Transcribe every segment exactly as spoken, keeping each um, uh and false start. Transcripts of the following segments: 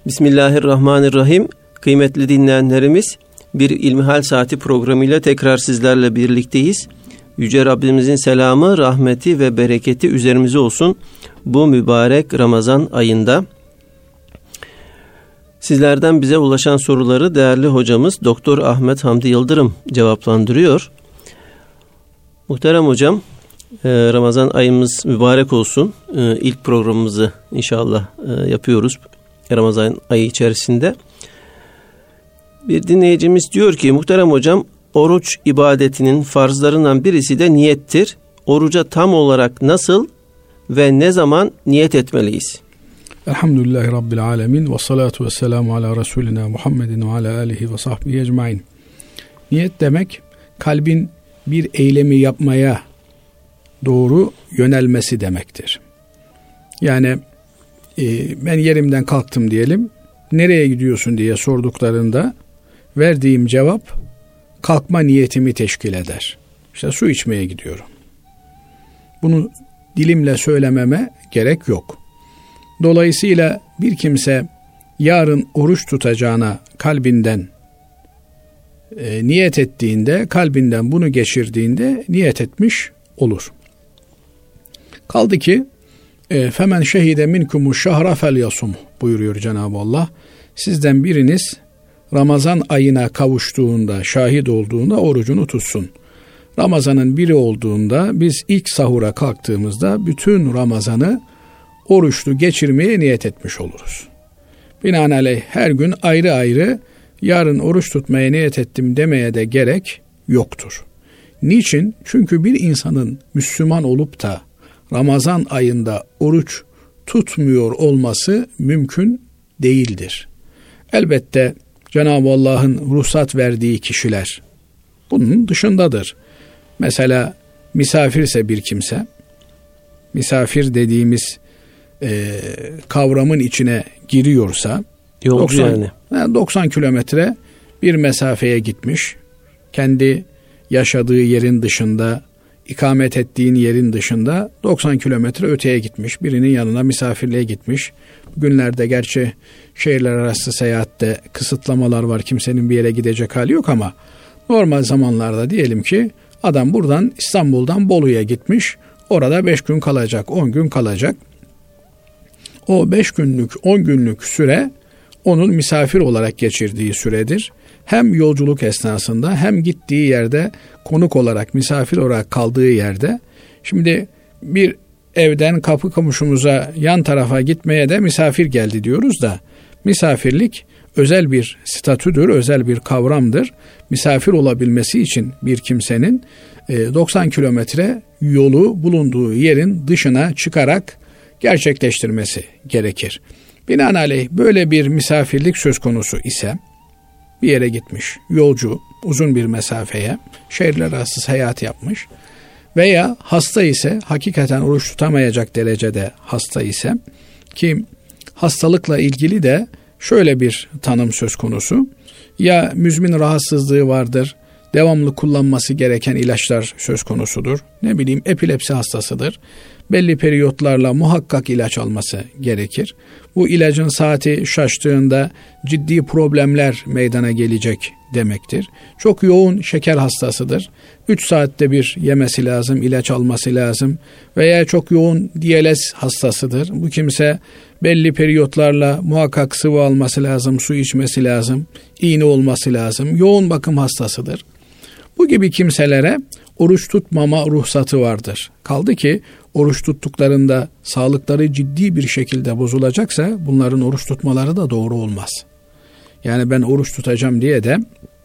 Bismillahirrahmanirrahim. Kıymetli dinleyenlerimiz, bir İlmihal Saati programıyla tekrar sizlerle birlikteyiz. Yüce Rabbimizin selamı, rahmeti ve bereketi üzerimize olsun bu mübarek Ramazan ayında. Sizlerden bize ulaşan soruları değerli hocamız Doktor Ahmet Hamdi Yıldırım cevaplandırıyor. Muhterem hocam, Ramazan ayımız mübarek olsun. İlk programımızı inşallah yapıyoruz Ramazan ayı içerisinde. Bir dinleyicimiz diyor ki, muhterem hocam, oruç ibadetinin farzlarından birisi de niyettir. Oruca tam olarak nasıl ve ne zaman niyet etmeliyiz? Elhamdülillahi Rabbil alemin ve salatu ve selamu ala Resulina Muhammedin ve ala alihi ve sahbihi ecmain. Niyet demek, kalbin bir eylemi yapmaya doğru yönelmesi demektir. Yani e, ben yerimden kalktım diyelim, nereye gidiyorsun diye sorduklarında verdiğim cevap kalkma niyetimi teşkil eder. İşte su içmeye gidiyorum. Bunu dilimle söylememe gerek yok. Dolayısıyla bir kimse yarın oruç tutacağına kalbinden e, niyet ettiğinde, kalbinden bunu geçirdiğinde niyet etmiş olur. Kaldı ki femen şehide minkumu şahra felyasum buyuruyor Cenab-ı Allah. Sizden biriniz Ramazan ayına kavuştuğunda, şahit olduğunda orucunu tutsun. Ramazanın biri olduğunda biz ilk sahura kalktığımızda bütün Ramazan'ı oruçlu geçirmeye niyet etmiş oluruz. Binaenaleyh her gün ayrı ayrı yarın oruç tutmaya niyet ettim demeye de gerek yoktur. Niçin? Çünkü bir insanın Müslüman olup da Ramazan ayında oruç tutmuyor olması mümkün değildir. Elbette Cenab-ı Allah'ın ruhsat verdiği kişiler bunun dışındadır. Mesela misafirse bir kimse, misafir dediğimiz e, kavramın içine giriyorsa, yolcu doksan, yani. doksan kilometre bir mesafeye gitmiş, kendi yaşadığı yerin dışında, ikamet ettiğin yerin dışında doksan kilometre öteye gitmiş. Birinin yanına misafirliğe gitmiş. Bugünlerde gerçi şehirler arası seyahatte kısıtlamalar var. Kimsenin bir yere gidecek hali yok ama normal zamanlarda diyelim ki adam buradan İstanbul'dan Bolu'ya gitmiş. Orada beş gün kalacak, on gün kalacak. O beş günlük, on günlük süre onun misafir olarak geçirdiği süredir. Hem yolculuk esnasında hem gittiği yerde konuk olarak, misafir olarak kaldığı yerde. Şimdi bir evden kapı komşumuza yan tarafa gitmeye de misafir geldi diyoruz da, misafirlik özel bir statüdür, özel bir kavramdır. Misafir olabilmesi için bir kimsenin doksan kilometre yolu bulunduğu yerin dışına çıkarak gerçekleştirmesi gerekir. Binaenaleyh böyle bir misafirlik söz konusu ise, bir yere gitmiş, yolcu uzun bir mesafeye, şehirler arası seyahat yapmış veya hasta ise, hakikaten oruç tutamayacak derecede hasta ise, ki hastalıkla ilgili de şöyle bir tanım söz konusu, ya müzmin rahatsızlığı vardır, devamlı kullanması gereken ilaçlar söz konusudur, ne bileyim epilepsi hastasıdır, belli periyotlarla muhakkak ilaç alması gerekir. Bu ilacın saati şaştığında ciddi problemler meydana gelecek demektir. Çok yoğun şeker hastasıdır. üç saatte bir yemesi lazım, ilaç alması lazım. Veya çok yoğun diyaliz hastasıdır. Bu kimse belli periyotlarla muhakkak sıvı alması lazım, su içmesi lazım, iğne olması lazım. Yoğun bakım hastasıdır. Bu gibi kimselere oruç tutmama ruhsatı vardır. Kaldı ki oruç tuttuklarında sağlıkları ciddi bir şekilde bozulacaksa bunların oruç tutmaları da doğru olmaz. Yani ben oruç tutacağım diye de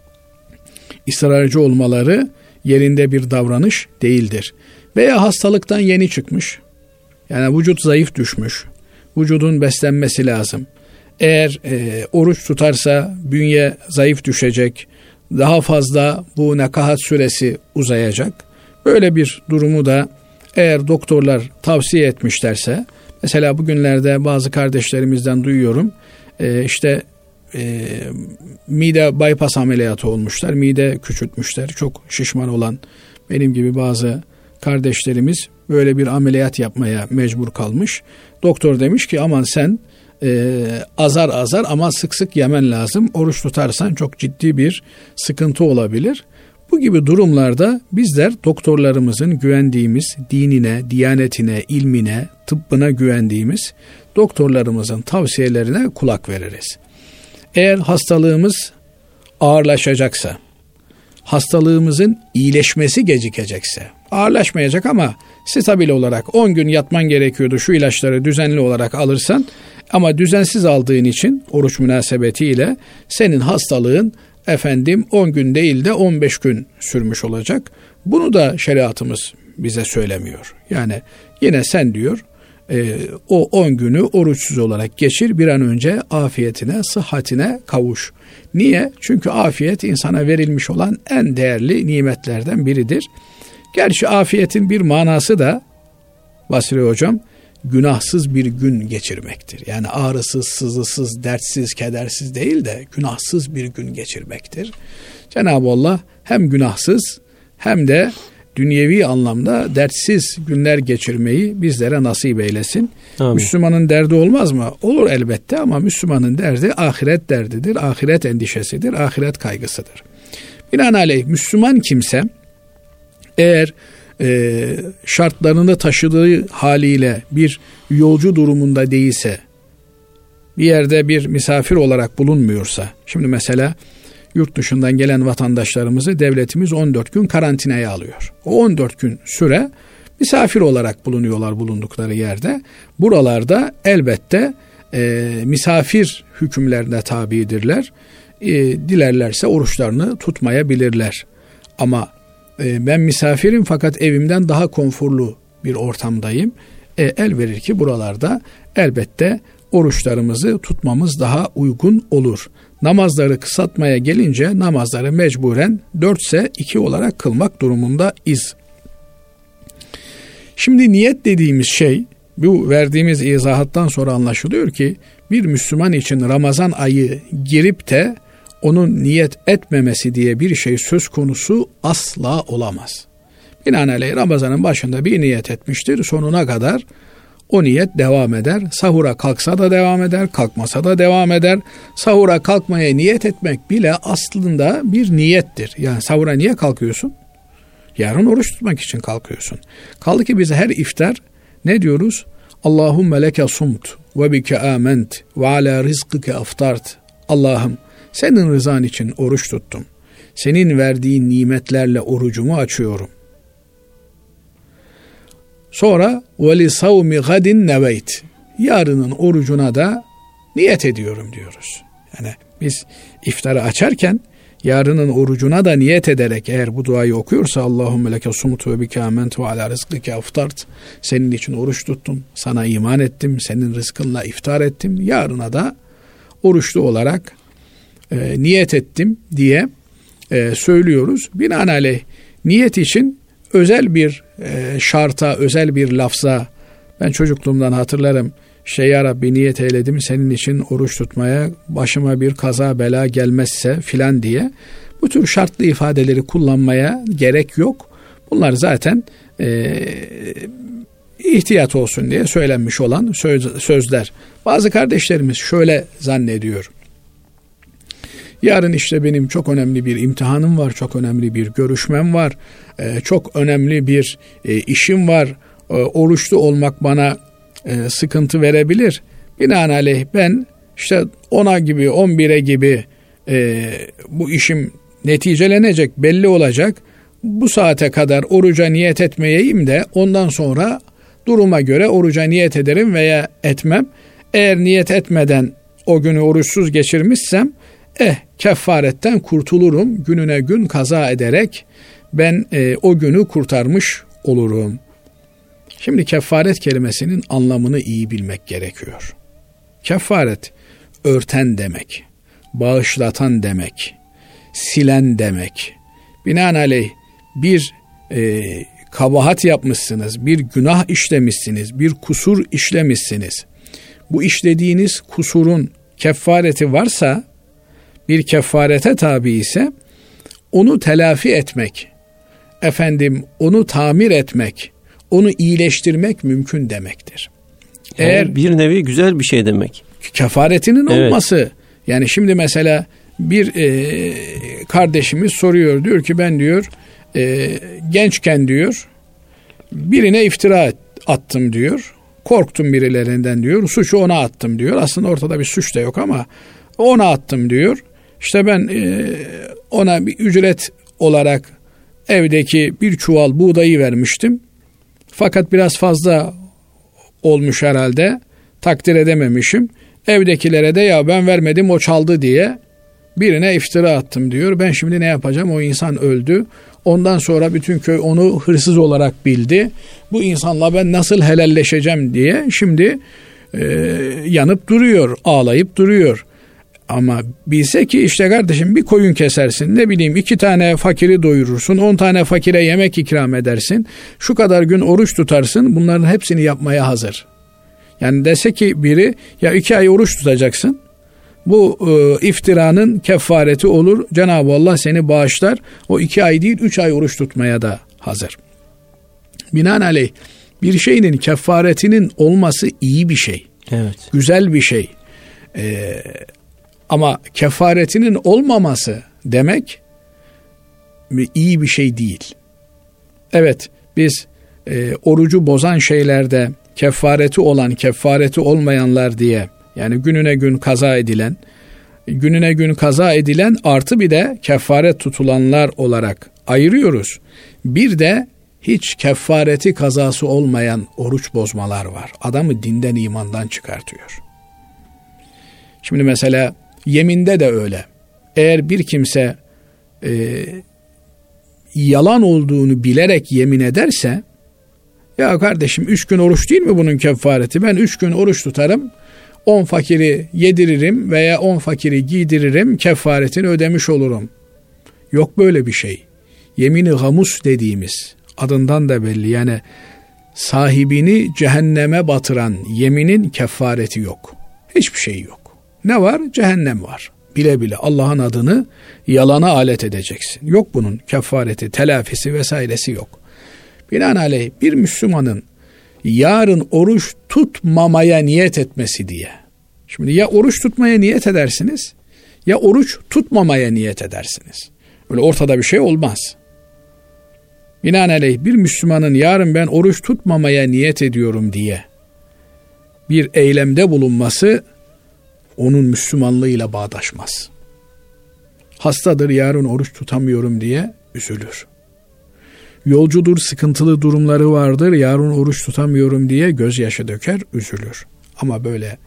ısrarcı olmaları yerinde bir davranış değildir. Veya hastalıktan yeni çıkmış, yani vücut zayıf düşmüş, vücudun beslenmesi lazım. Eğer e, oruç tutarsa bünye zayıf düşecek, daha fazla bu nekahat süresi uzayacak. Böyle bir durumu da eğer doktorlar tavsiye etmişlerse, mesela bugünlerde bazı kardeşlerimizden duyuyorum, e, işte e, mide bypass ameliyatı olmuşlar, mide küçültmüşler, çok şişman olan benim gibi bazı kardeşlerimiz böyle bir ameliyat yapmaya mecbur kalmış. Doktor demiş ki aman sen e, azar azar ama sık sık yemen lazım. Oruç tutarsan çok ciddi bir sıkıntı olabilir. Bu gibi durumlarda bizler doktorlarımızın güvendiğimiz dinine, diyanetine, ilmine, tıbbına güvendiğimiz doktorlarımızın tavsiyelerine kulak veririz. Eğer hastalığımız ağırlaşacaksa, hastalığımızın iyileşmesi gecikecekse, ağırlaşmayacak ama stabil olarak on gün yatman gerekiyordu, şu ilaçları düzenli olarak alırsan ama düzensiz aldığın için oruç münasebetiyle senin hastalığın efendim on gün değil de on beş gün sürmüş olacak. Bunu da şeriatımız bize söylemiyor. Yani yine sen diyor e, o on günü oruçsuz olarak geçir, bir an önce afiyetine, sıhhatine kavuş. Niye? Çünkü afiyet insana verilmiş olan en değerli nimetlerden biridir. Gerçi afiyetin bir manası da Basri Hocam günahsız bir gün geçirmektir. Yani ağrısız, sızısız, dertsiz, kedersiz değil de günahsız bir gün geçirmektir. Cenab-ı Allah hem günahsız hem de dünyevi anlamda dertsiz günler geçirmeyi bizlere nasip eylesin. Amin. Müslümanın derdi olmaz mı? Olur elbette ama Müslümanın derdi ahiret derdidir, ahiret endişesidir, ahiret kaygısıdır. Binaenaleyh Müslüman kimse eğer e, şartlarını taşıdığı haliyle bir yolcu durumunda değilse, bir yerde bir misafir olarak bulunmuyorsa, şimdi mesela yurt dışından gelen vatandaşlarımızı devletimiz on dört gün karantinaya alıyor. O on dört gün süre misafir olarak bulunuyorlar bulundukları yerde. Buralarda elbette e, misafir hükümlerine tabidirler. E, dilerlerse oruçlarını tutmayabilirler. Ama e, ben misafirim fakat evimden daha konforlu bir ortamdayım. E, el verir ki buralarda elbette oruçlarımızı tutmamız daha uygun olur. Namazları kısaltmaya gelince namazları mecburen dört ise iki olarak kılmak durumundayız. Şimdi niyet dediğimiz şey, bu verdiğimiz izahattan sonra anlaşılıyor ki bir Müslüman için Ramazan ayı girip de onun niyet etmemesi diye bir şey söz konusu asla olamaz. Binaenaleyh Ramazan'ın başında bir niyet etmiştir, sonuna kadar o niyet devam eder. Sahura kalksa da devam eder, kalkmasa da devam eder. Sahura kalkmaya niyet etmek bile aslında bir niyettir. Yani sahura niye kalkıyorsun? Yarın oruç tutmak için kalkıyorsun. Kaldı ki biz her iftar ne diyoruz? Allahümme leke sumt ve bike ament ve ala rizkike aftart. Allah'ım senin rızan için oruç tuttum. Senin verdiğin nimetlerle orucumu açıyorum. Sonra وَلِ صَوْمِ غَدٍ نَوَيْتِ yarının orucuna da niyet ediyorum diyoruz. Yani biz iftarı açarken yarının orucuna da niyet ederek eğer bu duayı okuyorsa Allahümme leke sumtu ve bike amentu ve ala rızkike aftart, senin için oruç tuttum, sana iman ettim, senin rızkınla iftar ettim, yarına da oruçlu olarak e, niyet ettim diye e, söylüyoruz. Binaenaleyh niyet için özel bir e, şarta, özel bir lafza, ben çocukluğumdan hatırlarım, şey ya Rabbi niyet eyledim senin için oruç tutmaya, başıma bir kaza bela gelmezse filan diye bu tür şartlı ifadeleri kullanmaya gerek yok. Bunlar zaten e, ihtiyat olsun diye söylenmiş olan söz, sözler. Bazı kardeşlerimiz şöyle zannediyor. Yarın işte benim çok önemli bir imtihanım var, çok önemli bir görüşmem var, e, çok önemli bir e, işim var, e, oruçlu olmak bana e, sıkıntı verebilir. Binaenaleyh ben işte ona gibi, on bire gibi e, bu işim neticelenecek, belli olacak. Bu saate kadar oruca niyet etmeyeyim de ondan sonra duruma göre oruca niyet ederim veya etmem. Eğer niyet etmeden o günü oruçsuz geçirmişsem, eh kefaretten kurtulurum, gününe gün kaza ederek ben e, o günü kurtarmış olurum. Şimdi kefaret kelimesinin anlamını iyi bilmek gerekiyor. Kefaret örten demek, bağışlatan demek, silen demek. Binaenaleyh bir e, kabahat yapmışsınız, bir günah işlemişsiniz, bir kusur işlemişsiniz. Bu işlediğiniz kusurun kefareti varsa, bir kefarete tabi ise onu telafi etmek, efendim onu tamir etmek, onu iyileştirmek mümkün demektir. Eğer yani bir nevi güzel bir şey demek. kefaretinin Evet. olması. Yani şimdi mesela bir e, kardeşimiz soruyor, diyor ki ben diyor e, gençken diyor birine iftira attım diyor. Korktum birilerinden diyor. Suçu ona attım diyor. Aslında ortada bir suç da yok ama ona attım diyor. İşte ben e, ona bir ücret olarak evdeki bir çuval buğdayı vermiştim. Fakat biraz fazla olmuş herhalde. Takdir edememişim. Evdekilere de ya ben vermedim o çaldı diye birine iftira attım diyor. Ben şimdi ne yapacağım? O insan öldü. Ondan sonra bütün köy onu hırsız olarak bildi. Bu insanla ben nasıl helalleşeceğim diye şimdi e, yanıp duruyor, ağlayıp duruyor. Ama bilse ki işte kardeşim bir koyun kesersin, ne bileyim iki tane fakiri doyurursun, on tane fakire yemek ikram edersin, şu kadar gün oruç tutarsın, bunların hepsini yapmaya hazır. Yani dese ki biri ya iki ay oruç tutacaksın, bu e, iftiranın kefareti olur, Cenab-ı Allah seni bağışlar, o iki ay değil üç ay oruç tutmaya da hazır. Binaenaleyh bir şeyin kefaretinin olması iyi bir şey, evet. güzel bir şey. Ee, ama kefaretinin olmaması demek iyi bir şey değil. Evet, biz e, orucu bozan şeylerde kefareti olan, kefareti olmayanlar diye, yani gününe gün kaza edilen, gününe gün kaza edilen artı bir de kefaret tutulanlar olarak ayırıyoruz. Bir de hiç kefareti kazası olmayan oruç bozmalar var. Adamı dinden, imandan çıkartıyor. Şimdi mesela yeminde de öyle. Eğer bir kimse e, yalan olduğunu bilerek yemin ederse, ya kardeşim üç gün oruç değil mi bunun kefareti? Ben üç gün oruç tutarım, on fakiri yediririm veya on fakiri giydiririm, kefaretini ödemiş olurum. Yok böyle bir şey. Yemini gamus dediğimiz, adından da belli, yani sahibini cehenneme batıran yeminin kefareti yok. Hiçbir şey yok. Ne var? Cehennem var. Bile bile Allah'ın adını yalana alet edeceksin. Yok bunun kefareti, telafisi vesairesi yok. Binaenaleyh bir Müslümanın yarın oruç tutmamaya niyet etmesi diye. Şimdi ya oruç tutmaya niyet edersiniz ya oruç tutmamaya niyet edersiniz. Öyle ortada bir şey olmaz. Binaenaleyh bir Müslümanın yarın ben oruç tutmamaya niyet ediyorum diye bir eylemde bulunması onun Müslümanlığıyla bağdaşmaz. Hastadır, yarın oruç tutamıyorum diye üzülür. Yolcudur, sıkıntılı durumları vardır, yarın oruç tutamıyorum diye gözyaşı döker, üzülür. Ama böyle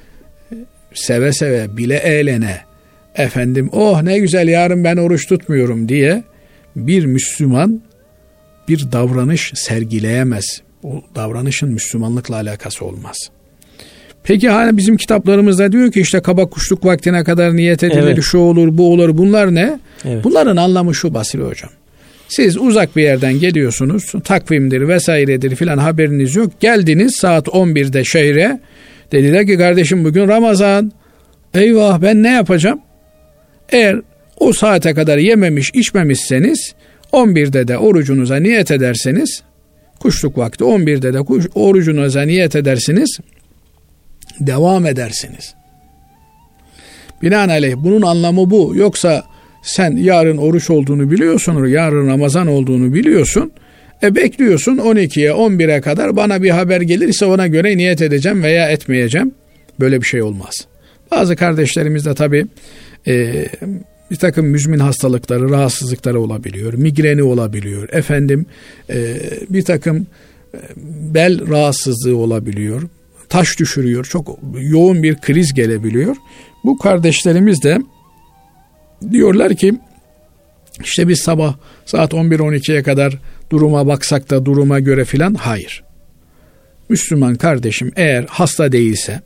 seve seve, bile eğlene, efendim oh ne güzel yarın ben oruç tutmuyorum diye bir Müslüman bir davranış sergileyemez. O davranışın Müslümanlıkla alakası olmaz. Peki hani bizim kitaplarımızda diyor ki işte kaba kuşluk vaktine kadar niyet edilir, evet. Şu olur, bu olur, bunlar ne? Evet. Bunların anlamı şu Basri Hocam. Siz uzak bir yerden geliyorsunuz, takvimdir vesairedir filan haberiniz yok. Geldiniz saat on birde şehre, dediler ki kardeşim bugün Ramazan. Eyvah ben ne yapacağım? Eğer o saate kadar yememiş içmemişseniz on birde de orucunuza niyet ederseniz, kuşluk vakti on birde de kuş, orucunuza niyet edersiniz, devam edersiniz. Binaenaleyh bunun anlamı bu. Yoksa sen yarın oruç olduğunu biliyorsun, yarın Ramazan olduğunu biliyorsun. E bekliyorsun on ikiye on bire kadar bana bir haber gelirse ona göre niyet edeceğim veya etmeyeceğim. Böyle bir şey olmaz. Bazı kardeşlerimiz de tabii e, bir takım müzmin hastalıkları, rahatsızlıkları olabiliyor. Migreni olabiliyor. Efendim e, bir takım e, bel rahatsızlığı olabiliyor. Taş düşürüyor. Çok yoğun bir kriz gelebiliyor. Bu kardeşlerimiz de diyorlar ki işte biz sabah saat on bir on ikiye kadar duruma baksak da duruma göre filan, hayır. Müslüman kardeşim eğer hasta değilse,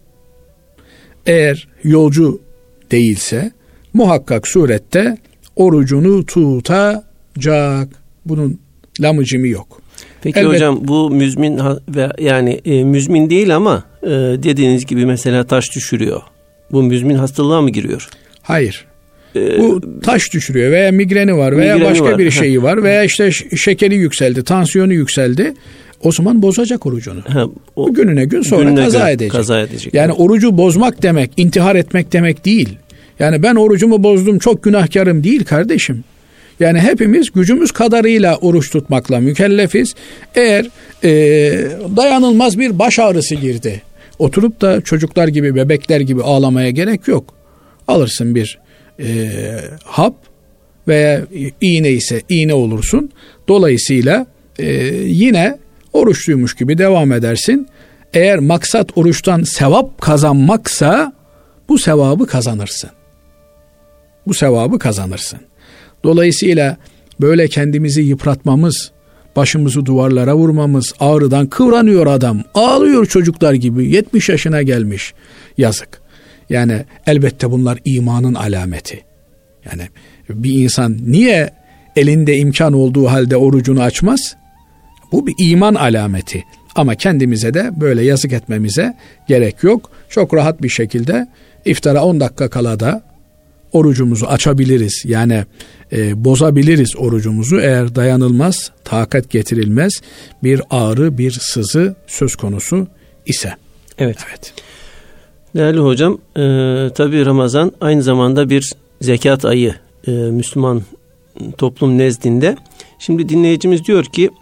eğer yolcu değilse muhakkak surette orucunu tutacak. Bunun lamıcımı yok. Peki Elbette, hocam bu müzmin ve yani e, müzmin değil ama e, dediğiniz gibi mesela taş düşürüyor. Bu müzmin hastalığına mı giriyor? Hayır. Ee, bu taş düşürüyor veya migreni var veya migreni başka var. bir şeyi var veya işte şekeri yükseldi, tansiyonu yükseldi. O zaman bozacak orucunu. Ha, o, gününe gün sonra gününe kaza gün, edecek. Kaza edecek. Yani evet. Orucu bozmak demek, intihar etmek demek değil. Yani ben orucumu bozdum, çok günahkarım değil kardeşim. Yani hepimiz gücümüz kadarıyla oruç tutmakla mükellefiz. Eğer e, dayanılmaz bir baş ağrısı girdi, oturup da çocuklar gibi, bebekler gibi ağlamaya gerek yok. Alırsın bir e, hap veya iğne ise iğne olursun. Dolayısıyla e, yine oruçluymuş gibi devam edersin. Eğer maksat oruçtan sevap kazanmaksa bu sevabı kazanırsın. Bu sevabı kazanırsın. Dolayısıyla böyle kendimizi yıpratmamız, başımızı duvarlara vurmamız, ağrıdan kıvranıyor adam, ağlıyor çocuklar gibi, yetmiş yaşına gelmiş, yazık. Yani elbette bunlar imanın alameti. Yani bir insan niye elinde imkan olduğu halde orucunu açmaz? Bu bir iman alameti. Ama kendimize de böyle yazık etmemize gerek yok. Çok rahat bir şekilde iftara on dakika kala da orucumuzu açabiliriz. Yani e, bozabiliriz orucumuzu eğer dayanılmaz, takat getirilmez bir ağrı, bir sızı söz konusu ise. Evet. Evet. Değerli hocam, e, tabii Ramazan aynı zamanda bir zekat ayı e, Müslüman toplum nezdinde. Şimdi dinleyicimiz diyor ki,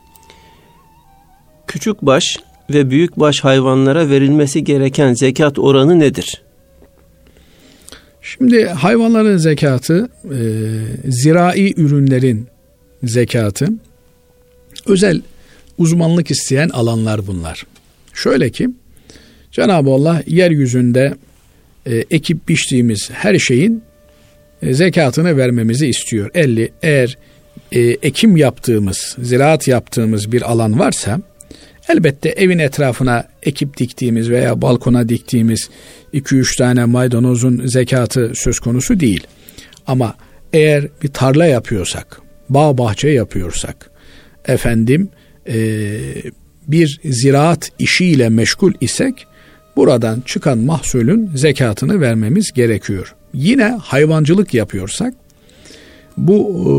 küçük baş ve büyük baş hayvanlara verilmesi gereken zekat oranı nedir? Şimdi hayvanların zekatı, e, zirai ürünlerin zekatı, özel uzmanlık isteyen alanlar bunlar. Şöyle ki, Cenab-ı Allah yeryüzünde e, ekip biçtiğimiz her şeyin e, zekatını vermemizi istiyor. elli eğer e, ekim yaptığımız, ziraat yaptığımız bir alan varsa, elbette evin etrafına ekip diktiğimiz veya balkona diktiğimiz iki üç tane maydanozun zekatı söz konusu değil. Ama eğer bir tarla yapıyorsak, bağ bahçe yapıyorsak, efendim e, bir ziraat işiyle meşgul isek, buradan çıkan mahsulün zekatını vermemiz gerekiyor. Yine hayvancılık yapıyorsak, bu e,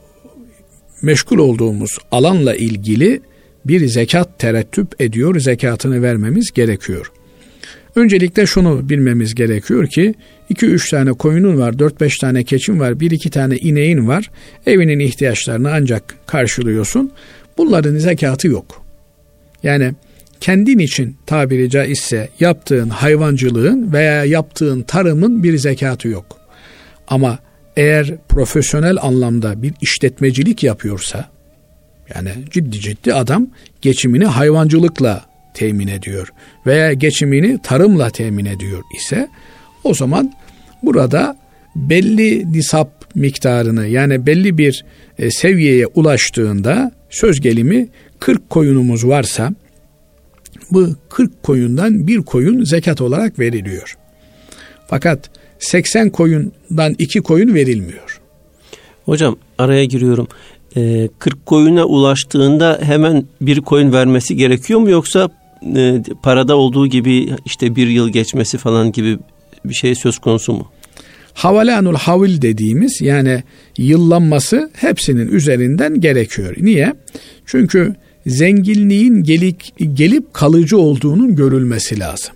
meşgul olduğumuz alanla ilgili bir zekat terettüp ediyor, zekatını vermemiz gerekiyor. Öncelikle şunu bilmemiz gerekiyor ki, iki üç tane koyunun var, dört beş tane keçin var, bir iki tane ineğin var, evinin ihtiyaçlarını ancak karşılıyorsun. Bunların zekatı yok. Yani kendin için tabiri caizse yaptığın hayvancılığın veya yaptığın tarımın bir zekatı yok. Ama eğer profesyonel anlamda bir işletmecilik yapıyorsa, yani ciddi ciddi adam geçimini hayvancılıkla temin ediyor veya geçimini tarımla temin ediyor ise, o zaman burada belli nisap miktarını, yani belli bir e, seviyeye ulaştığında, söz gelimi kırk koyunumuz varsa, bu kırk koyundan bir koyun zekat olarak veriliyor. Fakat seksen koyundan iki koyun verilmiyor. Hocam araya giriyorum. kırk koyuna ulaştığında hemen bir koyun vermesi gerekiyor mu, yoksa e, parada olduğu gibi işte bir yıl geçmesi falan gibi bir şey söz konusu mu? Havalanul havil dediğimiz, yani yıllanması hepsinin üzerinden gerekiyor. Niye? Çünkü zenginliğin gelip, gelip kalıcı olduğunun görülmesi lazım.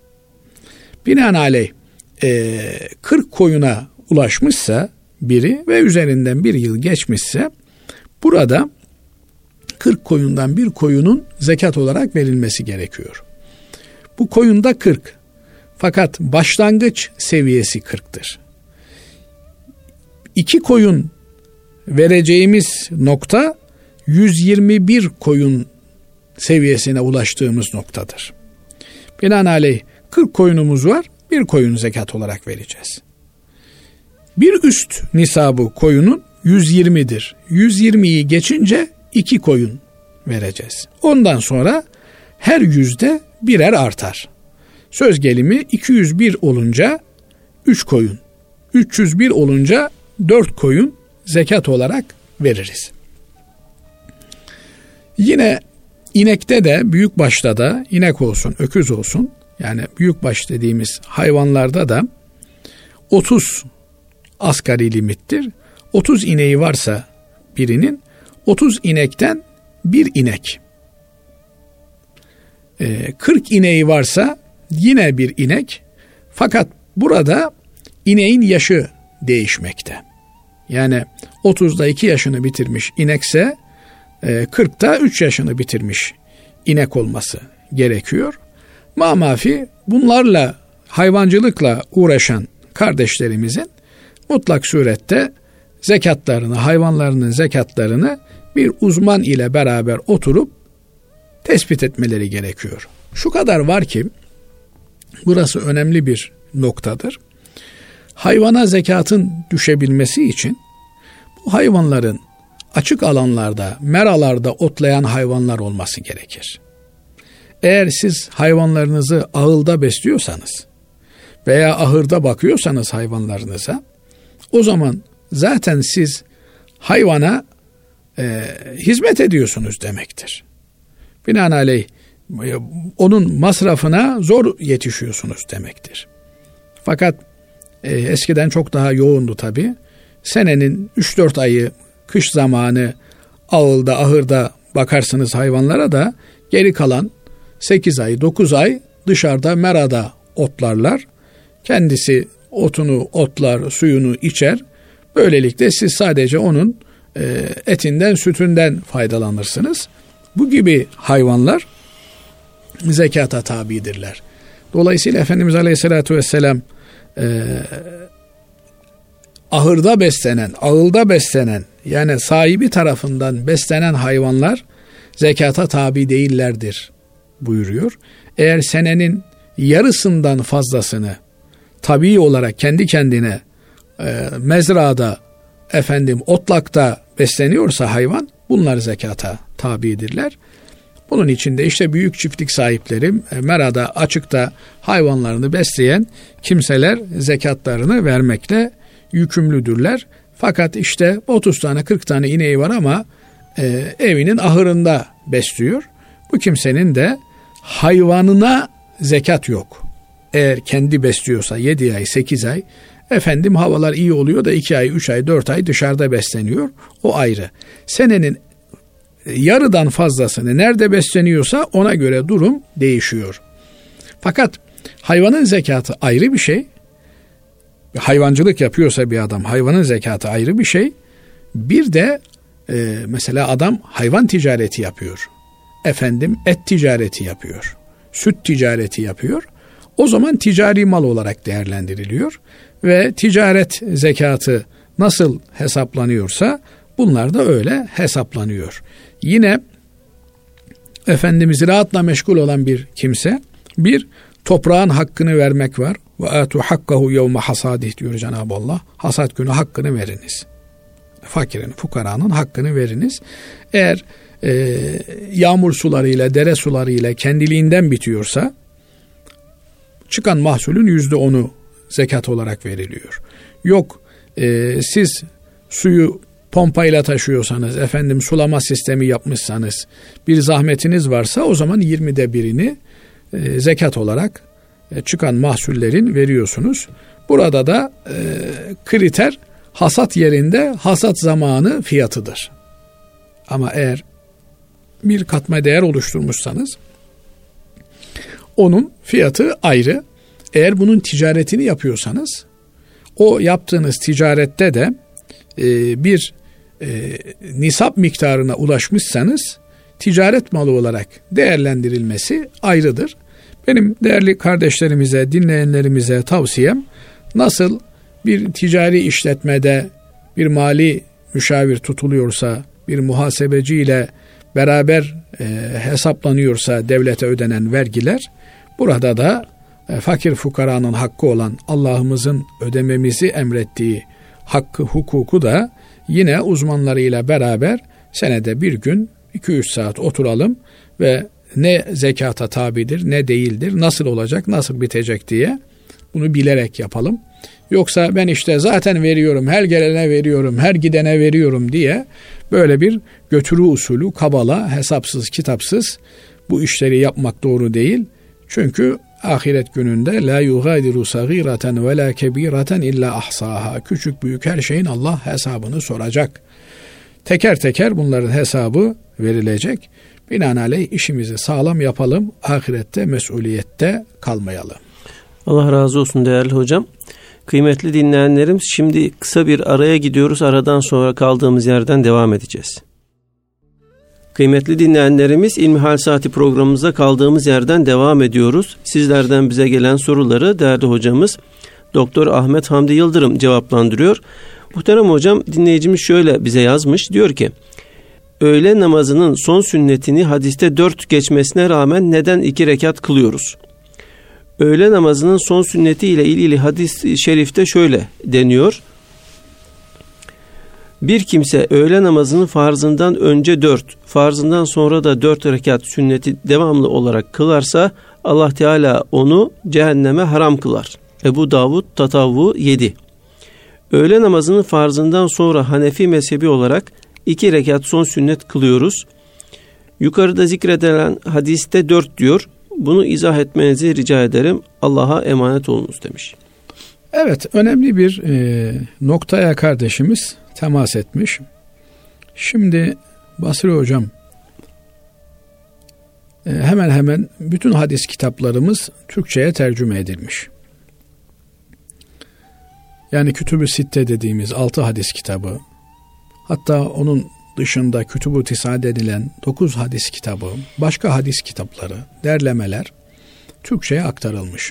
Binaenaleyh e, kırk koyuna ulaşmışsa biri ve üzerinden bir yıl geçmişse, burada kırk koyundan bir koyunun zekat olarak verilmesi gerekiyor. Bu koyunda kırk. Fakat başlangıç seviyesi kırktır. İki koyun vereceğimiz nokta yüz yirmi bir koyun seviyesine ulaştığımız noktadır. Binaenaleyh kırk koyunumuz var, bir koyun zekat olarak vereceğiz. Bir üst nisabı koyunun yüz yirmidir. yüz yirmiyi geçince iki koyun vereceğiz. Ondan sonra her yüzde birer artar. Söz gelimi iki yüz bir olunca üç koyun, üç yüz bir olunca dört koyun zekat olarak veririz. Yine inekte de, büyükbaşta da, inek olsun, öküz olsun, yani büyükbaş dediğimiz hayvanlarda da otuz asgari limittir. otuz ineği varsa birinin, otuz inekten bir inek e, kırk ineği varsa yine bir inek. Fakat burada ineğin yaşı değişmekte. Yani otuzda iki yaşını bitirmiş inekse e, kırkta üç yaşını bitirmiş inek olması gerekiyor. Mamafi bunlarla, hayvancılıkla uğraşan kardeşlerimizin mutlak surette zekatlarını, hayvanlarının zekatlarını bir uzman ile beraber oturup tespit etmeleri gerekiyor. Şu kadar var ki, burası önemli bir noktadır. Hayvana zekatın düşebilmesi için bu hayvanların açık alanlarda, meralarda otlayan hayvanlar olması gerekir. Eğer siz hayvanlarınızı ahılda besliyorsanız veya ahırda bakıyorsanız hayvanlarınıza, o zaman zaten siz hayvana e, hizmet ediyorsunuz demektir. Binaenaleyh onun masrafına zor yetişiyorsunuz demektir. Fakat e, eskiden çok daha yoğundu tabii. Senenin üç dört ayı kış zamanı ağılda, ahırda bakarsınız hayvanlara da, geri kalan sekiz ay, dokuz ay dışarıda merada otlarlar. Kendisi otunu otlar, suyunu içer. Böylelikle siz sadece onun e, etinden, sütünden faydalanırsınız. Bu gibi hayvanlar zekata tabidirler. Dolayısıyla Efendimiz Aleyhisselatü Vesselam e, ahırda beslenen, ağılda beslenen, yani sahibi tarafından beslenen hayvanlar zekata tabi değillerdir buyuruyor. Eğer senenin yarısından fazlasını tabii olarak kendi kendine e, mezrada, efendim otlakta besleniyorsa hayvan, bunlar zekata tabidirler. Bunun için de işte büyük çiftlik sahipleri, e, merada, açıkta hayvanlarını besleyen kimseler zekatlarını vermekle yükümlüdürler. Fakat işte otuz tane kırk tane ineği var ama e, evinin ahırında besliyor. Bu kimsenin de hayvanına zekat yok. Eğer kendi besliyorsa yedi ay, sekiz ay, efendim havalar iyi oluyor da iki ay, üç ay, dört ay dışarıda besleniyor. O ayrı. Senenin yarıdan fazlasını nerede besleniyorsa ona göre durum değişiyor. Fakat hayvanın zekatı ayrı bir şey. Hayvancılık yapıyorsa bir adam, hayvanın zekatı ayrı bir şey. Bir de e, mesela adam hayvan ticareti yapıyor. Efendim et ticareti yapıyor. Süt ticareti yapıyor. O zaman ticari mal olarak değerlendiriliyor. Ve ticaret zekatı nasıl hesaplanıyorsa bunlar da öyle hesaplanıyor. Yine efendim ziraatla meşgul olan bir kimse, bir toprağın hakkını vermek var. Ve atu hakkahu yevme hasadih diyor Cenab-ı Allah. Hasat günü hakkını veriniz. Fakirin, fukaranın hakkını veriniz. Eğer e, yağmur sularıyla, dere sularıyla kendiliğinden bitiyorsa çıkan mahsulün yüzde onu zekat olarak veriliyor. Yok e, siz suyu pompayla taşıyorsanız, efendim sulama sistemi yapmışsanız, bir zahmetiniz varsa o zaman yirmide birini e, zekat olarak e, çıkan mahsullerin veriyorsunuz. Burada da e, kriter hasat yerinde hasat zamanı fiyatıdır. Ama eğer bir katma değer oluşturmuşsanız onun fiyatı ayrı. Eğer bunun ticaretini yapıyorsanız o yaptığınız ticarette de e, bir e, nisap miktarına ulaşmışsanız ticaret malı olarak değerlendirilmesi ayrıdır. Benim değerli kardeşlerimize, dinleyenlerimize tavsiyem, nasıl bir ticari işletmede bir mali müşavir tutuluyorsa, bir muhasebeci ile beraber e, hesaplanıyorsa devlete ödenen vergiler, burada da e, fakir fukaranın hakkı olan Allah'ımızın ödememizi emrettiği hakkı, hukuku da yine uzmanlarıyla beraber senede bir gün iki üç saat oturalım ve ne zekata tabidir, ne değildir, nasıl olacak, nasıl bitecek diye bunu bilerek yapalım. Yoksa ben işte zaten veriyorum, her gelene veriyorum, her gidene veriyorum diye böyle bir götürü usulü, kabala, hesapsız, kitapsız bu işleri yapmak doğru değil. Çünkü ahiret gününde la yugadiru sagiraten ve la kebiraten illa ahsaha. Küçük büyük her şeyin Allah hesabını soracak. Teker teker bunların hesabı verilecek. Binaenaleyh işimizi sağlam yapalım, ahirette mesuliyette kalmayalım. Allah razı olsun değerli hocam. Kıymetli dinleyenlerimiz, şimdi kısa bir araya gidiyoruz. Aradan sonra kaldığımız yerden devam edeceğiz. Kıymetli dinleyenlerimiz, İlmihal Saati programımıza kaldığımız yerden devam ediyoruz. Sizlerden bize gelen soruları değerli hocamız Doktor Ahmet Hamdi Yıldırım cevaplandırıyor. Muhterem hocam, dinleyicimiz şöyle bize yazmış. Diyor ki, öğle namazının son sünnetini hadiste dört geçmesine rağmen neden iki rekat kılıyoruz? Öğle namazının son sünneti ile ilgili hadis-i şerifte şöyle deniyor. Bir kimse öğle namazının farzından önce dört, farzından sonra da dört rekat sünneti devamlı olarak kılarsa Allah Teala onu cehenneme haram kılar. Ebu Davud Tatavvu yedi. Öğle namazının farzından sonra Hanefi mezhebi olarak iki rekat son sünnet kılıyoruz. Yukarıda zikredilen hadiste dört diyor. Bunu izah etmenizi rica ederim. Allah'a emanet olunuz demiş. Evet, önemli bir e, noktaya kardeşimiz temas etmiş. Şimdi Basri hocam, e, hemen hemen bütün hadis kitaplarımız Türkçe'ye tercüme edilmiş. Yani Kütüb-ü Sitte dediğimiz altı hadis kitabı, hatta onun dışında Kütüb-ü Tis'a denilen dokuz hadis kitabı, başka hadis kitapları, derlemeler Türkçe'ye aktarılmış.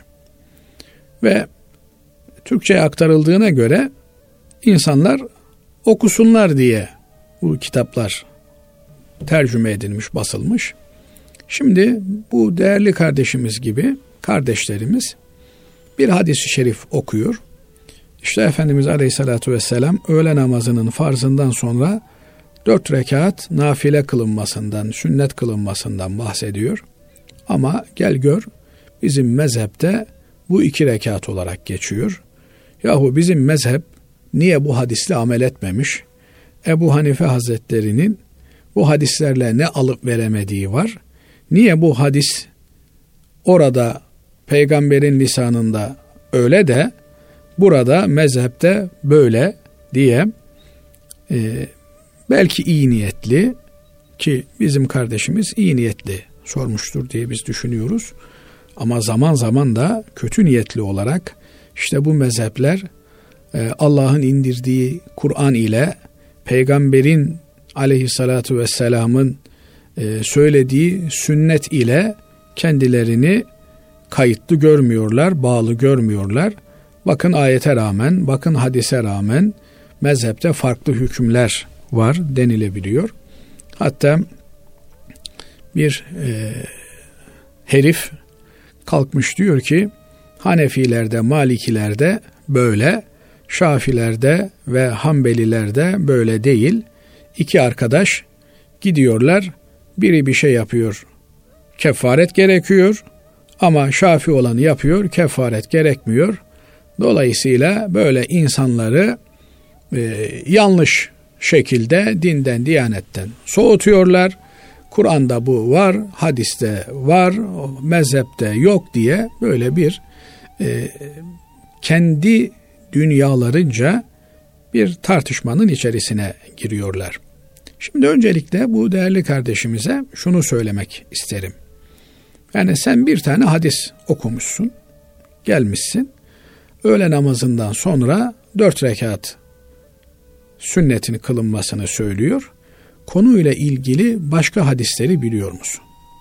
Ve Türkçe'ye aktarıldığına göre insanlar okusunlar diye bu kitaplar tercüme edilmiş, basılmış. Şimdi bu değerli kardeşimiz gibi kardeşlerimiz bir hadis-i şerif okuyor. İşte Efendimiz Aleyhisselatü Vesselam öğle namazının farzından sonra dört rekat nafile kılınmasından, sünnet kılınmasından bahsediyor. Ama gel gör, bizim mezhepte bu iki rekat olarak geçiyor. Yahu bizim mezhep niye bu hadisle amel etmemiş? Ebu Hanife Hazretleri'nin bu hadislerle ne alıp veremediği var. Niye bu hadis orada peygamberin lisanında öyle de burada mezhepte böyle diye e, belki iyi niyetli, ki bizim kardeşimiz iyi niyetli sormuştur diye biz düşünüyoruz. Ama zaman zaman da kötü niyetli olarak işte bu mezhepler e, Allah'ın indirdiği Kur'an ile peygamberin aleyhissalatu vesselamın e, söylediği sünnet ile kendilerini kayıtlı görmüyorlar, bağlı görmüyorlar. Bakın ayete rağmen, bakın hadise rağmen mezhepte farklı hükümler var denilebiliyor. Hatta bir e, herif kalkmış diyor ki Hanefilerde, Malikilerde böyle, Şafilerde ve Hanbelilerde böyle değil. İki arkadaş gidiyorlar, biri bir şey yapıyor, kefaret gerekiyor, ama Şafi olanı yapıyor, kefaret gerekmiyor. Dolayısıyla böyle insanları e, yanlış şekilde dinden, diyanetten soğutuyorlar. Kur'an'da bu var, hadiste var, mezhepte yok diye böyle bir e, kendi dünyalarınca bir tartışmanın içerisine giriyorlar. Şimdi öncelikle bu değerli kardeşimize şunu söylemek isterim. Yani sen bir tane hadis okumuşsun, gelmişsin, öğle namazından sonra dört rekat sünnetin kılınmasını söylüyor. Konuyla ilgili başka hadisleri biliyor musun?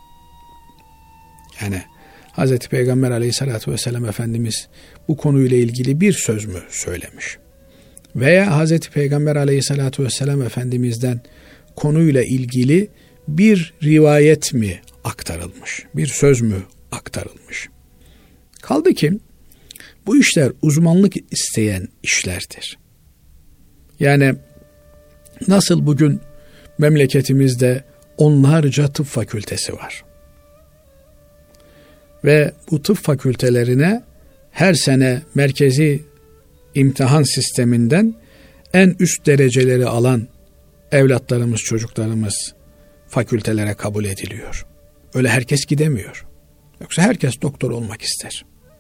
Yani Hazreti Peygamber Aleyhisselatü Vesselam Efendimiz bu konuyla ilgili bir söz mü söylemiş? Veya Hazreti Peygamber Aleyhisselatü Vesselam Efendimiz'den konuyla ilgili bir rivayet mi aktarılmış? Bir söz mü aktarılmış? Kaldı ki bu işler uzmanlık isteyen işlerdir. Yani nasıl bugün memleketimizde onlarca tıp fakültesi var. Ve bu tıp fakültelerine her sene merkezi imtihan sisteminden en üst dereceleri alan evlatlarımız, çocuklarımız fakültelere kabul ediliyor. Öyle herkes gidemiyor. Yoksa herkes doktor olmak ister.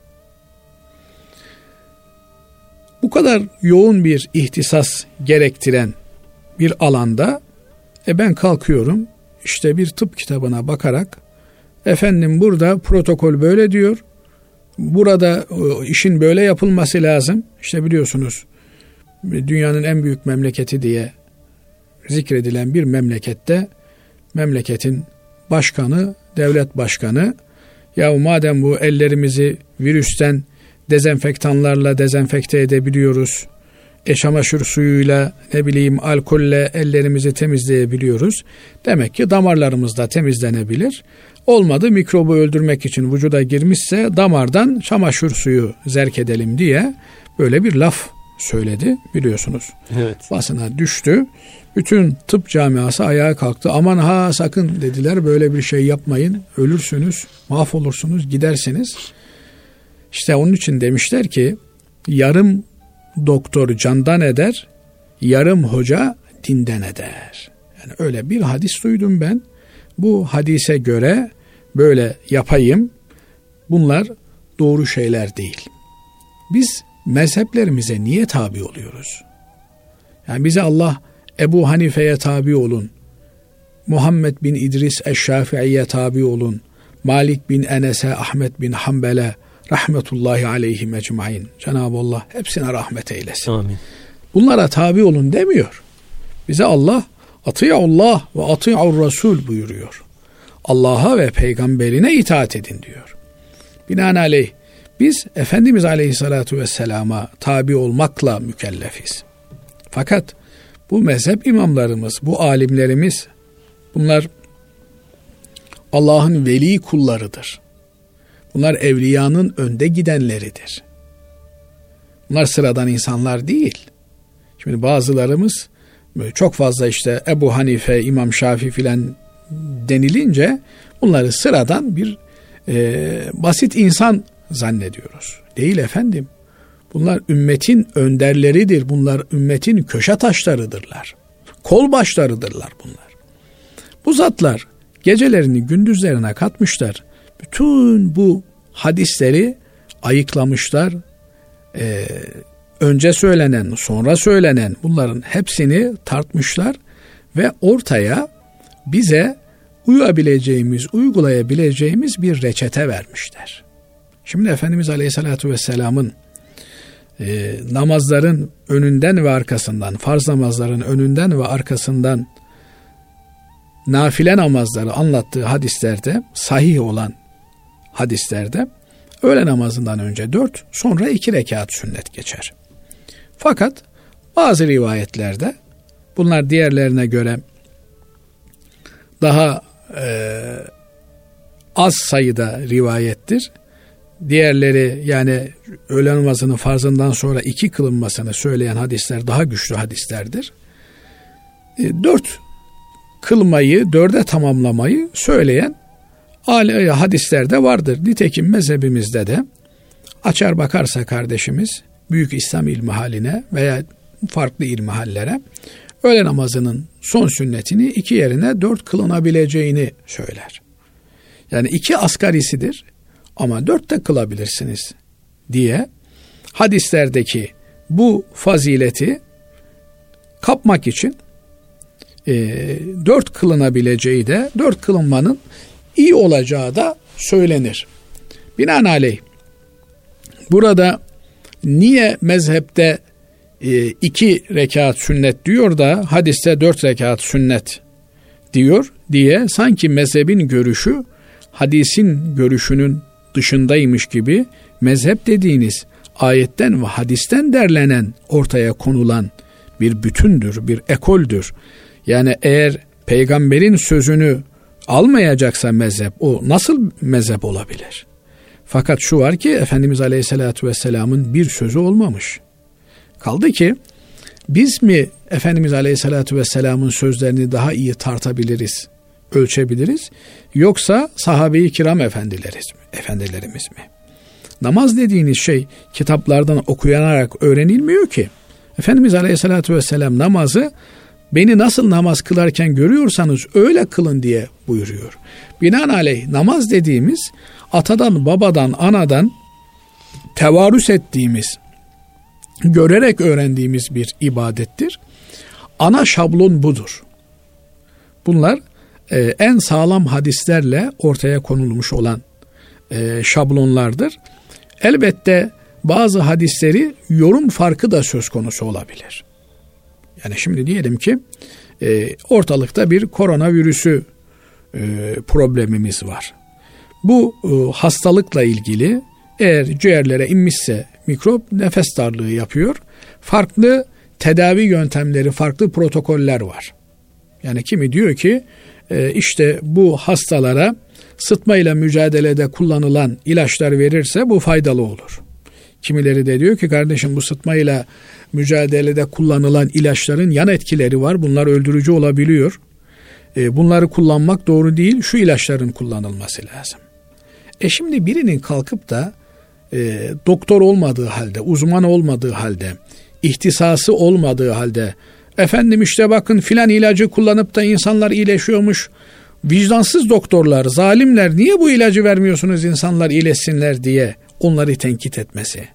Bu kadar yoğun bir ihtisas gerektiren bir alanda e ben kalkıyorum işte bir tıp kitabına bakarak efendim burada protokol böyle diyor. Burada işin böyle yapılması lazım. İşte biliyorsunuz dünyanın en büyük memleketi diye zikredilen bir memlekette memleketin başkanı, devlet başkanı, ya madem bu ellerimizi virüsten dezenfektanlarla dezenfekte edebiliyoruz, e çamaşır suyuyla, ne bileyim alkolle ellerimizi temizleyebiliyoruz, demek ki damarlarımız da temizlenebilir. Olmadı, mikrobu öldürmek için vücuda girmişse damardan çamaşır suyu zerk edelim diye böyle bir laf söyledi, biliyorsunuz. Evet. Basına düştü. Bütün tıp camiası ayağa kalktı. Aman ha sakın dediler, böyle bir şey yapmayın. Ölürsünüz, mahvolursunuz, gidersiniz. İşte onun için demişler ki yarım doktor candan eder, yarım hoca dinden eder. Yani öyle bir hadis duydum ben. Bu hadise göre böyle yapayım. Bunlar doğru şeyler değil. Biz mezheplerimize niye tabi oluyoruz? Yani bize Allah Ebu Hanife'ye tabi olun, Muhammed bin İdris Eşşafii'ye tabi olun, Malik bin Enes'e, Ahmet bin Hanbel'e rahmetullahi aleyhim ecmaîn. Cenab-ı Allah hepsine rahmet eylesin. Amin. Bunlara tabi olun demiyor. Bize Allah Ati'ullah ve ati'ur Rasul buyuruyor. Allah'a ve peygamberine itaat edin diyor. Binaenaleyh biz Efendimiz Aleyhissalatu vesselama tabi olmakla mükellefiz. Fakat bu mezhep imamlarımız, bu alimlerimiz, bunlar Allah'ın veli kullarıdır. Bunlar evliyanın önde gidenleridir. Bunlar sıradan insanlar değil. Şimdi bazılarımız çok fazla işte Ebu Hanife, İmam Şafii filan denilince bunları sıradan bir e, basit insan zannediyoruz. Değil efendim. Bunlar ümmetin önderleridir. Bunlar ümmetin köşe taşlarıdırlar. Kol başlarıdırlar bunlar. Bu zatlar gecelerini gündüzlerine katmışlar. Bütün bu hadisleri ayıklamışlar. Ee, önce söylenen, sonra söylenen bunların hepsini tartmışlar ve ortaya bize uyabileceğimiz, uygulayabileceğimiz bir reçete vermişler. Şimdi Efendimiz Aleyhisselatü Vesselam'ın e, namazların önünden ve arkasından, farz namazların önünden ve arkasından nafile namazları anlattığı hadislerde, sahih olan hadislerde öğle namazından önce dört, sonra iki rekat sünnet geçer. Fakat bazı rivayetlerde bunlar diğerlerine göre daha e, az sayıda rivayettir. Diğerleri yani öğle namazının farzından sonra iki kılınmasını söyleyen hadisler daha güçlü hadislerdir. E, dört kılmayı, dörde tamamlamayı söyleyen hadislerde vardır. Nitekim mezhebimizde de açar bakarsa kardeşimiz Büyük İslam İlmihaline veya farklı ilmihallere öğle namazının son sünnetini iki yerine dört kılınabileceğini söyler. Yani iki asgarisidir ama dört de kılabilirsiniz diye hadislerdeki bu fazileti kapmak için e, dört kılınabileceği de dört kılınmanın iyi olacağı da söylenir. Binaenaleyh burada niye mezhepte e, iki rekat sünnet diyor da hadiste dört rekat sünnet diyor diye sanki mezhebin görüşü hadisin görüşünün dışındaymış gibi mezhep dediğiniz ayetten ve hadisten derlenen ortaya konulan bir bütündür, bir ekoldür. Yani eğer peygamberin sözünü almayacaksa mezhep, o nasıl mezhep olabilir? Fakat şu var ki Efendimiz Aleyhisselatü Vesselam'ın bir sözü olmamış. Kaldı ki biz mi Efendimiz Aleyhisselatü Vesselam'ın sözlerini daha iyi tartabiliriz, ölçebiliriz, yoksa sahabe-i kiram efendilerimiz mi? efendilerimiz mi? Namaz dediğiniz şey kitaplardan okuyanarak öğrenilmiyor ki. Efendimiz Aleyhisselatü Vesselam namazı beni nasıl namaz kılarken görüyorsanız öyle kılın diye buyuruyor. Binaenaleyh namaz dediğimiz atadan, babadan, anadan tevarüs ettiğimiz, görerek öğrendiğimiz bir ibadettir. Ana şablon budur. Bunlar e, en sağlam hadislerle ortaya konulmuş olan e, şablonlardır. Elbette bazı hadisleri yorum farkı da söz konusu olabilir. Yani şimdi diyelim ki e, ortalıkta bir koronavirüsü e, problemimiz var. Bu e, hastalıkla ilgili eğer ciğerlere inmişse mikrop nefes darlığı yapıyor. Farklı tedavi yöntemleri, farklı protokoller var. Yani kimi diyor ki e, işte bu hastalara sıtmayla mücadelede kullanılan ilaçlar verirse bu faydalı olur. Kimileri de diyor ki kardeşim bu sıtmayla mücadelede kullanılan ilaçların yan etkileri var. Bunlar öldürücü olabiliyor. E, bunları kullanmak doğru değil. Şu ilaçların kullanılması lazım. E şimdi birinin kalkıp da e, doktor olmadığı halde, uzman olmadığı halde, ihtisası olmadığı halde efendim işte bakın filan ilacı kullanıp da insanlar iyileşiyormuş. Vicdansız doktorlar, zalimler niye bu ilacı vermiyorsunuz insanlar iyileşsinler diye onları tenkit etmesi.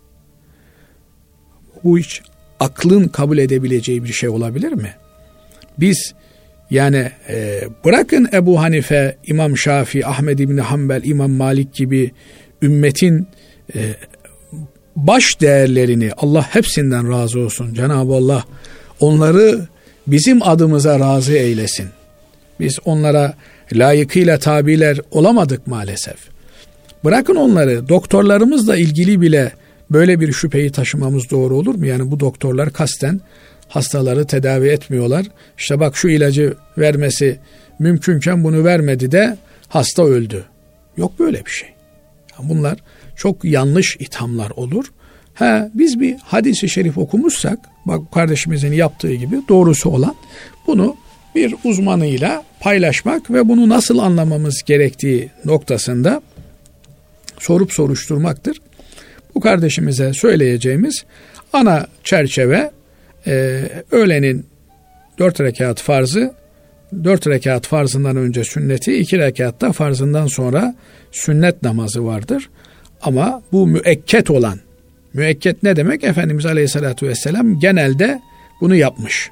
Bu hiç aklın kabul edebileceği bir şey olabilir mi? Biz yani e, bırakın Ebu Hanife, İmam Şafii, Ahmed İbni Hanbel, İmam Malik gibi ümmetin e, baş değerlerini Allah hepsinden razı olsun. Cenab-ı Allah onları bizim adımıza razı eylesin. Biz onlara layıkıyla tabiler olamadık maalesef. Bırakın onları, doktorlarımızla ilgili bile böyle bir şüpheyi taşımamız doğru olur mu? Yani bu doktorlar kasten hastaları tedavi etmiyorlar. İşte bak şu ilacı vermesi mümkünken bunu vermedi de hasta öldü. Yok böyle bir şey. Bunlar çok yanlış ithamlar olur. Ha, biz bir hadis-i şerif okumuşsak, bak kardeşimizin yaptığı gibi doğrusu olan, bunu bir uzmanıyla paylaşmak ve bunu nasıl anlamamız gerektiği noktasında sorup soruşturmaktır. Bu kardeşimize söyleyeceğimiz ana çerçeve e, öğlenin dört rekat farzı, dört rekat farzından önce sünneti, iki rekatta farzından sonra sünnet namazı vardır. Ama bu müekket olan, müekket ne demek? Efendimiz Aleyhisselatü Vesselam genelde bunu yapmış.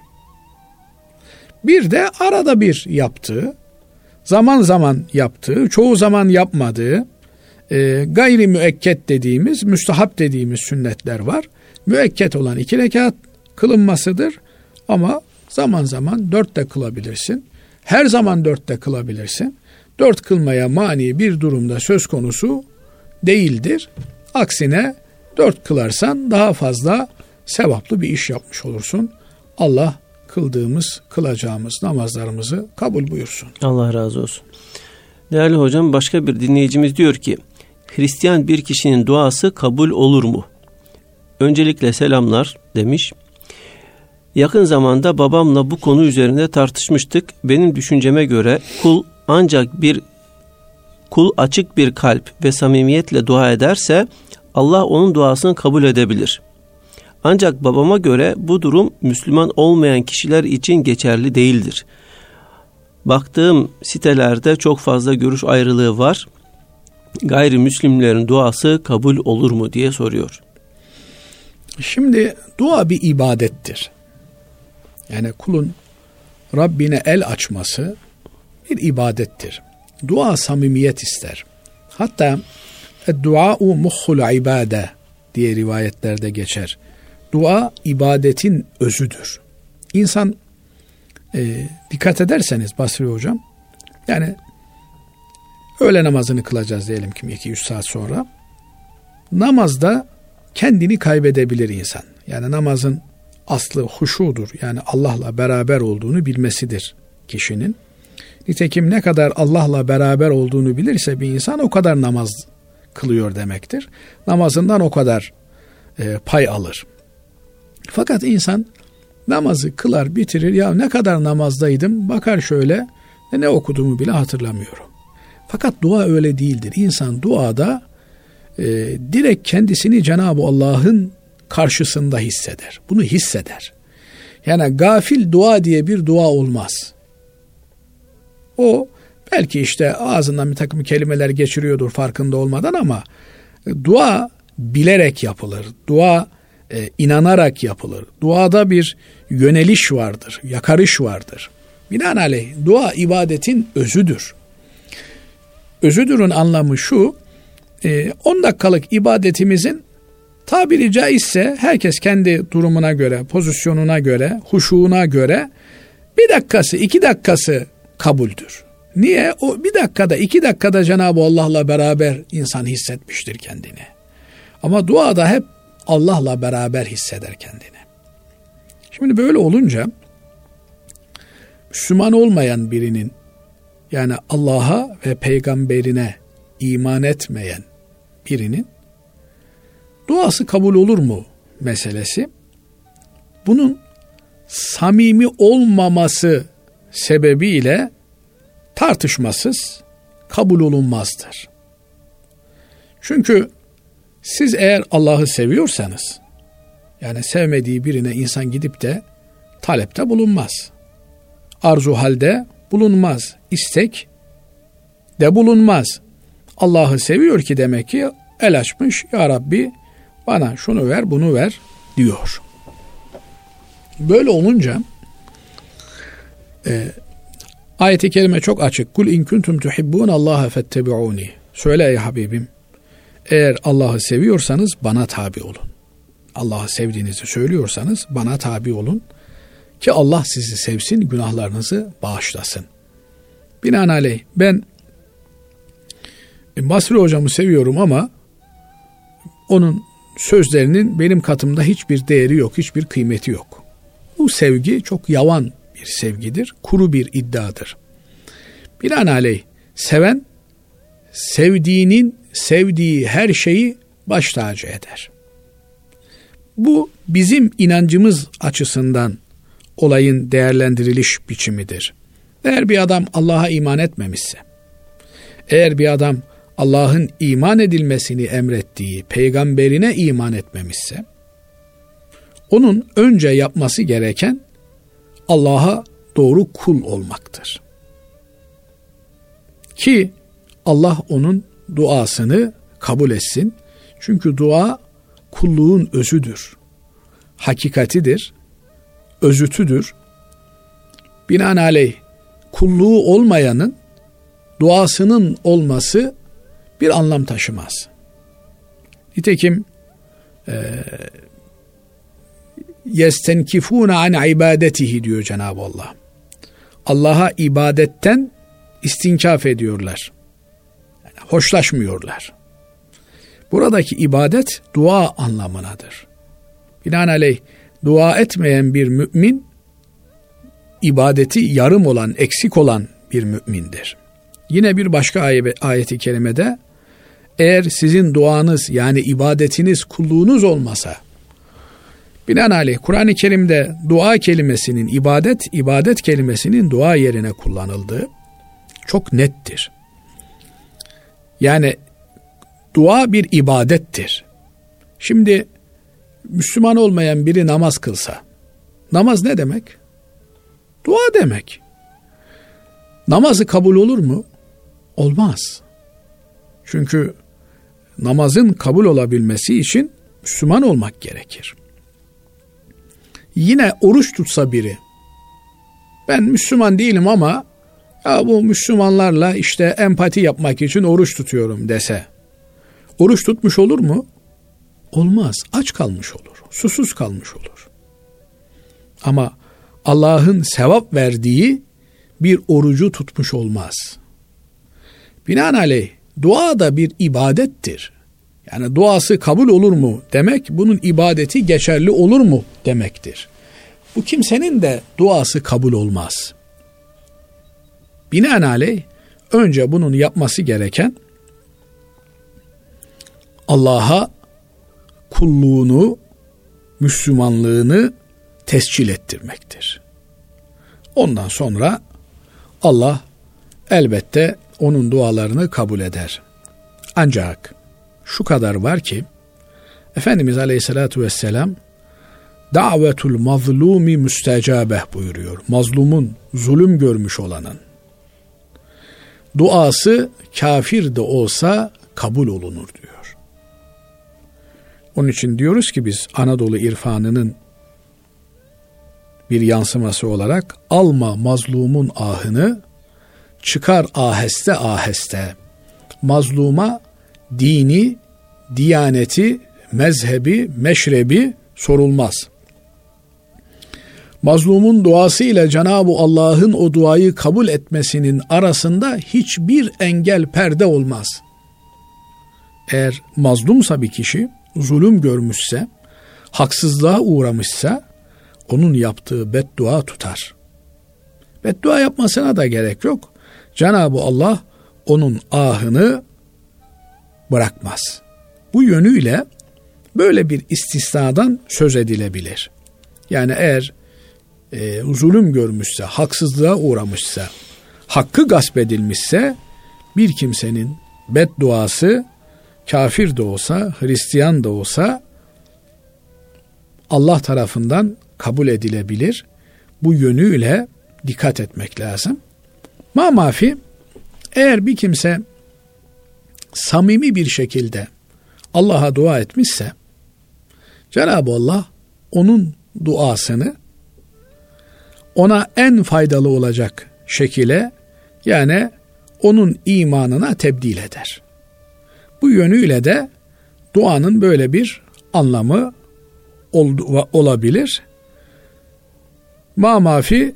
Bir de arada bir yaptığı, zaman zaman yaptığı, çoğu zaman yapmadığı, e, gayri müekket dediğimiz, müstahap dediğimiz sünnetler var. Müekket olan iki rekat kılınmasıdır ama zaman zaman dört de kılabilirsin. Her zaman dört de kılabilirsin. Dört kılmaya mani bir durumda söz konusu değildir. Aksine dört kılarsan daha fazla sevaplı bir iş yapmış olursun. Allah kıldığımız, kılacağımız namazlarımızı kabul buyursun. Allah razı olsun. Değerli hocam, başka bir dinleyicimiz diyor ki, Hristiyan bir kişinin duası kabul olur mu? Öncelikle selamlar demiş. Yakın zamanda babamla bu konu üzerinde tartışmıştık. Benim düşünceme göre kul ancak bir kul açık bir kalp ve samimiyetle dua ederse Allah onun duasını kabul edebilir. Ancak babama göre bu durum Müslüman olmayan kişiler için geçerli değildir. Baktığım sitelerde çok fazla görüş ayrılığı var. Gayrimüslimlerin duası kabul olur mu diye soruyor. Şimdi dua bir ibadettir. Yani kulun Rabbine el açması bir ibadettir. Dua samimiyet ister. Hatta "Dua'u muhhul ibade" diye rivayetlerde geçer. Dua ibadetin özüdür. İnsan e, dikkat ederseniz Basri hocam, yani öğle namazını kılacağız diyelim ki iki üç saat sonra. Namazda kendini kaybedebilir insan. Yani namazın aslı huşudur. Yani Allah'la beraber olduğunu bilmesidir kişinin. Nitekim ne kadar Allah'la beraber olduğunu bilirse bir insan o kadar namaz kılıyor demektir. Namazından o kadar e, pay alır. Fakat insan namazı kılar bitirir, ya ne kadar namazdaydım, bakar şöyle ne okuduğumu bile hatırlamıyorum. Fakat dua öyle değildir. İnsan duada e, direkt kendisini Cenab-ı Allah'ın karşısında hisseder. Bunu hisseder. Yani gafil dua diye bir dua olmaz. O belki işte ağzından bir takım kelimeler geçiriyordur farkında olmadan ama dua bilerek yapılır. Dua e, inanarak yapılır. Duada bir yöneliş vardır, yakarış vardır. Binaenaleyh dua ibadetin özüdür. Özüdürün anlamı şu, on dakikalık ibadetimizin tabiri caizse herkes kendi durumuna göre, pozisyonuna göre, huşuğuna göre bir dakikası, iki dakikası kabuldür. Niye? O bir dakikada, iki dakikada Cenab-ı Allah'la beraber insan hissetmiştir kendini. Ama duada hep Allah'la beraber hisseder kendini. Şimdi böyle olunca Müslüman olmayan birinin, yani Allah'a ve peygamberine iman etmeyen birinin duası kabul olur mu meselesi, bunun samimi olmaması sebebiyle tartışmasız kabul olunmazdır. Çünkü siz eğer Allah'ı seviyorsanız, yani sevmediği birine insan gidip de talepte bulunmaz. Arzu halde bulunmaz. İstek de bulunmaz. Allah'ı seviyor ki demek ki el açmış, ya Rabbi bana şunu ver, bunu ver diyor. Böyle olunca e, ayet-i kerime çok açık. Kul in kuntum tuhibbun Allaha fettebi'uni. Söyle ey Habibim, eğer Allah'ı seviyorsanız bana tabi olun. Allah'ı sevdiğinizi söylüyorsanız bana tabi olun ki Allah sizi sevsin, günahlarınızı bağışlasın. Binaenaleyh ben Basri hocamı seviyorum ama onun sözlerinin benim katımda hiçbir değeri yok, hiçbir kıymeti yok. Bu sevgi çok yavan bir sevgidir, kuru bir iddiadır. Binaenaleyh seven, sevdiğinin sevdiği her şeyi baş tacı eder. Bu bizim inancımız açısından olayın değerlendiriliş biçimidir. Eğer bir adam Allah'a iman etmemişse, eğer bir adam Allah'ın iman edilmesini emrettiği peygamberine iman etmemişse, onun önce yapması gereken Allah'a doğru kul olmaktır. Ki Allah onun duasını kabul etsin. Çünkü dua kulluğun özüdür, hakikatidir, özütüdür. Binaenaleyh kulluğu olmayanın duasının olması bir anlam taşımaz. Nitekim yestenkifûne an ibadetihi diyor Cenab-ı Allah. Allah'a ibadetten istinkaf ediyorlar. Yani hoşlaşmıyorlar. Buradaki ibadet dua anlamınadır. Binaenaleyh dua etmeyen bir mümin, ibadeti yarım olan, eksik olan bir mümindir. Yine bir başka ayet-i kerimede, eğer sizin duanız yani ibadetiniz, kulluğunuz olmasa, binaenaleyh Kur'an-ı Kerim'de dua kelimesinin ibadet, ibadet kelimesinin dua yerine kullanıldığı çok nettir. Yani dua bir ibadettir. Şimdi Müslüman olmayan biri namaz kılsa, namaz ne demek? Dua demek. Namazı kabul olur mu? Olmaz. Çünkü namazın kabul olabilmesi için Müslüman olmak gerekir. Yine oruç tutsa biri, ben Müslüman değilim ama ya bu Müslümanlarla işte empati yapmak için oruç tutuyorum dese, oruç tutmuş olur mu? Olmaz. Aç kalmış olur. Susuz kalmış olur. Ama Allah'ın sevap verdiği bir orucu tutmuş olmaz. Binaenaleyh dua da bir ibadettir. Yani duası kabul olur mu demek, bunun ibadeti geçerli olur mu demektir. Bu kimsenin de duası kabul olmaz. Binaenaleyh önce bunun yapması gereken Allah'a kulluğunu, Müslümanlığını tescil ettirmektir. Ondan sonra Allah elbette onun dualarını kabul eder. Ancak şu kadar var ki Efendimiz Aleyhisselatü Vesselam davetul mazlumi müstecabeh buyuruyor. Mazlumun, zulüm görmüş olanın duası kafir de olsa kabul olunur diyor. Onun için diyoruz ki biz Anadolu irfanının bir yansıması olarak alma mazlumun ahını, çıkar aheste aheste. Mazluma dini, diyaneti, mezhebi, meşrebi sorulmaz. Mazlumun duası ile Cenab-ı Allah'ın o duayı kabul etmesinin arasında hiçbir engel, perde olmaz. Eğer mazlumsa bir kişi, zulüm görmüşse, haksızlığa uğramışsa, onun yaptığı beddua tutar. Beddua yapmasına da gerek yok. Cenab-ı Allah onun ahını bırakmaz. Bu yönüyle böyle bir istisnadan söz edilebilir. Yani eğer e, zulüm görmüşse, haksızlığa uğramışsa, hakkı gasp edilmişse, bir kimsenin bedduası kafir de olsa, Hristiyan da olsa Allah tarafından kabul edilebilir. Bu yönüyle dikkat etmek lazım. Ma mafi, eğer bir kimse samimi bir şekilde Allah'a dua etmişse, Cenab-ı Allah onun duasını ona en faydalı olacak şekilde, yani onun imanına tebdil eder. Bu yönüyle de duanın böyle bir anlamı ol, olabilir. Ma mafi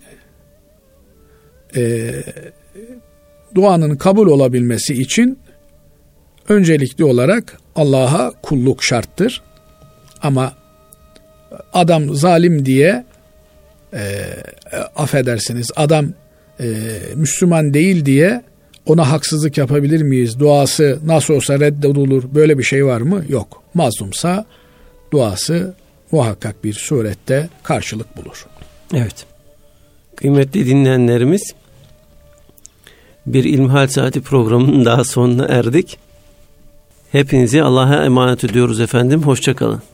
e, duanın kabul olabilmesi için öncelikli olarak Allah'a kulluk şarttır. Ama adam zalim diye e, affedersiniz, adam e, Müslüman değil diye ona haksızlık yapabilir miyiz? Duası nasıl olsa reddolur. Böyle bir şey var mı? Yok. Mazlumsa duası muhakkak bir surette karşılık bulur. Evet. Kıymetli dinleyenlerimiz, bir İlmihal Saati programının daha sonuna erdik. Hepinizi Allah'a emanet ediyoruz efendim. Hoşça kalın.